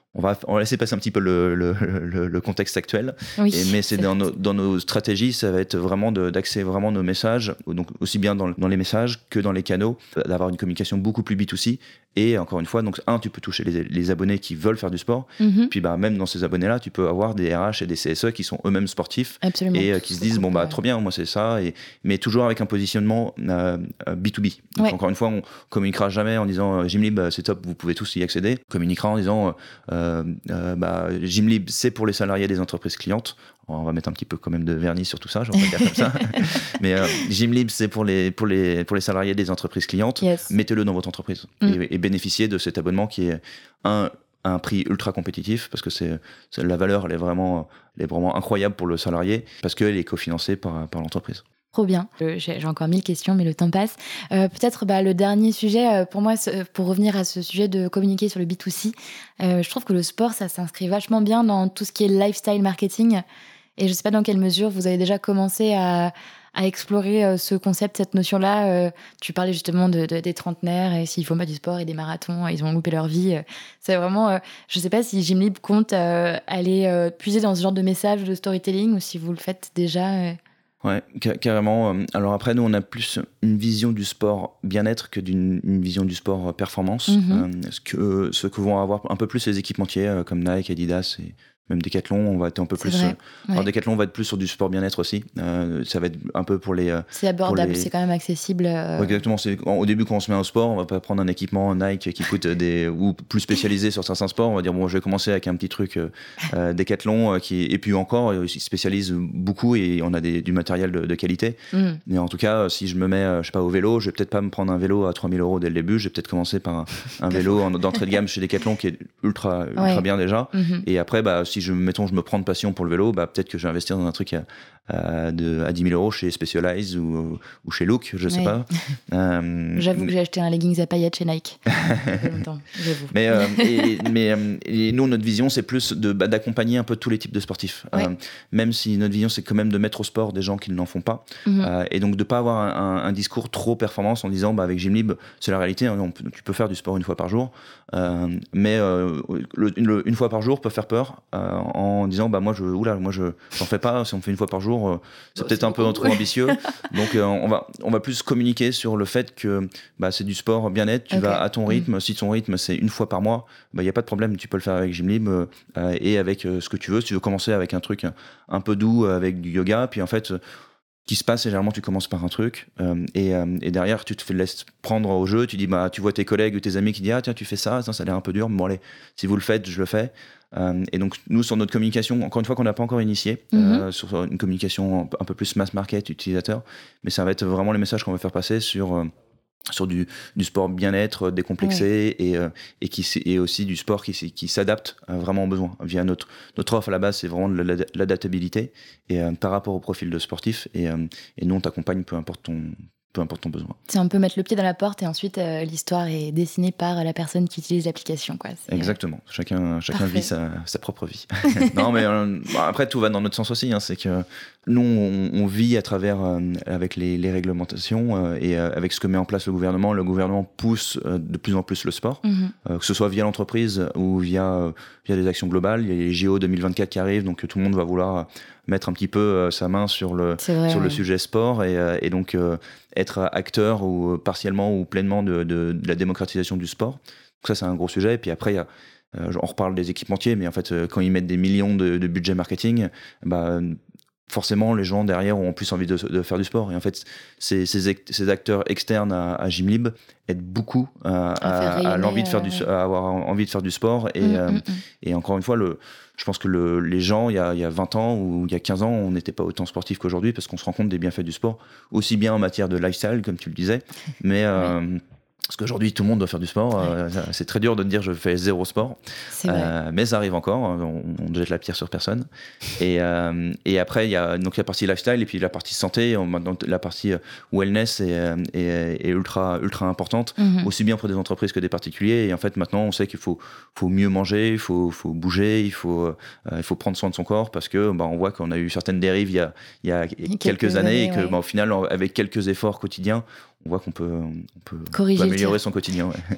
On va, on va laisser passer un petit peu le, le, le, le contexte actuel, oui, et, mais c'est, c'est dans nos, dans nos stratégies, ça va être vraiment de, d'axer vraiment nos messages, donc aussi bien dans, dans les messages que dans les canaux, d'avoir une communication beaucoup plus B deux C. Et encore une fois, donc un, tu peux toucher les, les abonnés qui veulent faire du sport, mm-hmm. puis bah, même dans ces abonnés-là, tu peux avoir des R H et des C S E qui sont eux-mêmes sportifs. Absolument. Et euh, qui se disent, bon bah trop bien, moi c'est ça, et, mais toujours avec un positionnement euh, B deux B. Donc ouais. encore une fois, on communiquera jamais en disant Gymlib c'est top, vous pouvez tous y accéder. On communiquera en disant euh, euh, bah, Gymlib c'est pour les salariés des entreprises clientes. On va mettre un petit peu quand même de vernis sur tout ça, je vais pas dire comme ça. Mais euh, Gymlib c'est pour les, pour, les, pour les salariés des entreprises clientes. Yes. Mettez-le dans votre entreprise mm. et, et bénéficiez de cet abonnement qui est un, à un prix ultra compétitif, parce que c'est, c'est la valeur elle est, vraiment, elle est vraiment incroyable pour le salarié, parce qu'elle est cofinancée par, par l'entreprise. Trop bien. Euh, j'ai, j'ai encore mille questions, mais le temps passe. Euh, peut-être bah, le dernier sujet, euh, pour moi, pour revenir à ce sujet de communiquer sur le B deux C, euh, je trouve que le sport, ça s'inscrit vachement bien dans tout ce qui est lifestyle marketing. Et je ne sais pas dans quelle mesure vous avez déjà commencé à, à explorer euh, ce concept, cette notion-là. Euh, tu parlais justement de, de, des trentenaires, et s'ils font pas du sport et des marathons, ils ont loupé leur vie. Euh, c'est vraiment... Euh, je ne sais pas si Gymlib compte euh, aller euh, puiser dans ce genre de message de storytelling, ou si vous le faites déjà... Euh... Ouais, ca- carrément. Alors après, nous, on a plus une vision du sport bien-être que d'une une vision du sport performance. Mm-hmm. Euh, ce, que, ce que vont avoir un peu plus les équipementiers euh, comme Nike, Adidas et même Decathlon, on va être un peu c'est plus... Vrai. Euh, ouais. Alors Decathlon, on va être plus sur du sport bien-être aussi. Euh, ça va être un peu pour les... Euh, c'est abordable, les... c'est quand même accessible. Euh... Ouais, exactement. C'est, au début, quand on se met au sport, on va pas prendre un équipement Nike qui coûte des... ou plus spécialisé sur certains sports. On va dire, bon, je vais commencer avec un petit truc euh, Decathlon, euh, qui, et puis encore, ils se spécialisent beaucoup et on a des, du matériel de, de qualité. Mm. Mais en tout cas, si je me mets, je sais pas, au vélo, je vais peut-être pas me prendre un vélo à trois mille euros dès le début. Je vais peut-être commencer par un, un vélo en, d'entrée de gamme chez Decathlon qui est ultra, ultra ouais. bien déjà. Mm-hmm. Et après, bah, si je, mettons, je me prends de passion pour le vélo, bah, peut-être que je vais investir dans un truc à, à, de, à dix mille euros chez Specialized ou, ou chez Look, je sais ouais. pas. Euh, j'avoue que j'ai acheté un leggings à paillettes chez Nike. longtemps, j'avoue. Mais, euh, et, mais et nous, notre vision, c'est plus de, bah, d'accompagner un peu tous les types de sportifs. Ouais. Euh, même si notre vision, c'est quand même de mettre au sport des gens qui n'en font pas. Mm-hmm. Euh, et donc de pas avoir un, un, un discours trop performance en disant, bah, avec Gymlib, c'est la réalité, hein, on peut, tu peux faire du sport une fois par jour. Euh, mais euh, le, le, une fois par jour peut faire peur euh, en disant, bah, moi, je, oula, moi, je j'en fais pas. Si on fait une fois par jour, euh, c'est bah, peut-être c'est un peu trop ouais. ambitieux. Donc euh, on va on va plus communiquer sur le fait que bah, c'est du sport bien-être. Tu okay. vas à ton rythme. Mmh. Si ton rythme c'est une fois par mois, bah, y a pas de problème. Tu peux le faire avec Gymlib euh, et avec euh, ce que tu veux. Si tu veux commencer avec un truc un peu doux, avec du yoga, puis en fait. Euh, qui se passe, c'est généralement tu commences par un truc euh, et, euh, et derrière tu te fais, laisses prendre au jeu, tu dis bah tu vois tes collègues ou tes amis qui disent ah tiens tu fais ça, ça, ça a l'air un peu dur, bon allez si vous le faites je le fais euh, et donc nous sur notre communication encore une fois qu'on n'a pas encore initié mm-hmm. euh, sur une communication un peu plus mass market utilisateur, mais ça va être vraiment les messages qu'on va faire passer sur euh, sur du, du sport bien-être décomplexé ouais. et, euh, et, qui, et aussi du sport qui, qui s'adapte euh, vraiment aux besoins. Via notre, notre offre à la base, c'est vraiment de l'adaptabilité et, euh, par rapport au profil de sportif. Et, euh, et nous, on t'accompagne peu importe ton, peu importe ton besoin. C'est un peu mettre le pied dans la porte et ensuite euh, l'histoire est dessinée par la personne qui utilise l'application. Quoi. C'est, Exactement. Euh... Chacun, chacun vit sa, sa propre vie. non, mais euh, bon, après, tout va dans notre sens aussi. Hein, c'est que nous, on, on vit à travers, euh, avec les, les réglementations euh, et euh, avec ce que met en place le gouvernement. Le gouvernement pousse euh, de plus en plus le sport, mm-hmm. euh, que ce soit via l'entreprise ou via, euh, via des actions globales. Il y a les J O deux mille vingt-quatre qui arrivent, donc tout le monde va vouloir mettre un petit peu euh, sa main sur le, vrai, sur ouais. le sujet sport et, euh, et donc euh, être acteur ou partiellement ou pleinement de, de, de la démocratisation du sport. Donc ça, c'est un gros sujet. Et puis après, il y a Euh, on reparle des équipementiers, mais en fait, euh, quand ils mettent des millions de, de budget marketing, bah, forcément, les gens derrière ont plus envie de, de faire du sport. Et en fait, ces, ces, ces acteurs externes à, à Gymlib aident beaucoup à, à, à, à l'envie de faire du, à avoir envie de faire du sport. Et, mmh, euh, mmh. et encore une fois, le, je pense que le, les gens, il y, a, il y a vingt ans ou il y a quinze ans, on n'était pas autant sportifs qu'aujourd'hui parce qu'on se rend compte des bienfaits du sport, aussi bien en matière de lifestyle, comme tu le disais, mais... Euh, oui. Parce qu'aujourd'hui, tout le monde doit faire du sport. Ouais. Euh, c'est très dur de te dire je fais zéro sport. Euh, mais ça arrive encore. On, on jette la pierre sur personne. Et, euh, et après, il y a donc la partie lifestyle et puis la partie santé. On, la partie wellness est, est, est ultra, ultra importante, mm-hmm. aussi bien pour des entreprises que des particuliers. Et en fait, maintenant, on sait qu'il faut, faut mieux manger, il faut, faut bouger, il faut, euh, il faut prendre soin de son corps parce que bah, on voit qu'on a eu certaines dérives il y a, il y a quelques, quelques années, années et que ouais. bah, au final, avec quelques efforts quotidiens, on voit qu'on peut, on peut, on peut améliorer son quotidien. Ouais.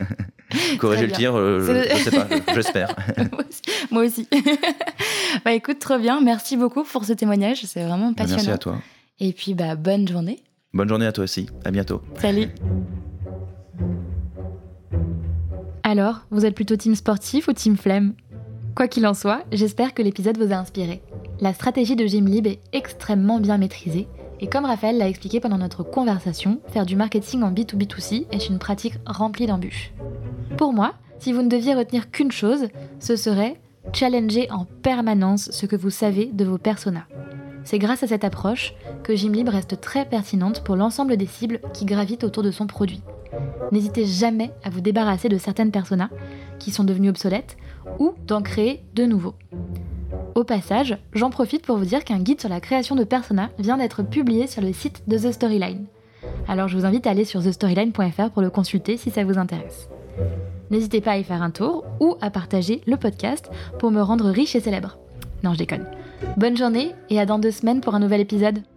Corriger le tir, euh, je, le... je sais pas, j'espère. Moi aussi. Bah écoute, trop bien. Merci beaucoup pour ce témoignage. C'est vraiment passionnant. Merci à toi. Et puis, bah, bonne journée. Bonne journée à toi aussi. À bientôt. Salut. Alors, vous êtes plutôt team sportif ou team flemme ? Quoi qu'il en soit, j'espère que l'épisode vous a inspiré. La stratégie de Gymlib est extrêmement bien maîtrisée. Et comme Raphaël l'a expliqué pendant notre conversation, faire du marketing en B deux B deux C est une pratique remplie d'embûches. Pour moi, si vous ne deviez retenir qu'une chose, ce serait challenger en permanence ce que vous savez de vos personas. C'est grâce à cette approche que Gymlib reste très pertinente pour l'ensemble des cibles qui gravitent autour de son produit. N'hésitez jamais à vous débarrasser de certaines personas qui sont devenues obsolètes ou d'en créer de nouveaux. Au passage, j'en profite pour vous dire qu'un guide sur la création de personas vient d'être publié sur le site de The Storyline. Alors je vous invite à aller sur the storyline point f r pour le consulter si ça vous intéresse. N'hésitez pas à y faire un tour ou à partager le podcast pour me rendre riche et célèbre. Non, je déconne. Bonne journée et à dans deux semaines pour un nouvel épisode.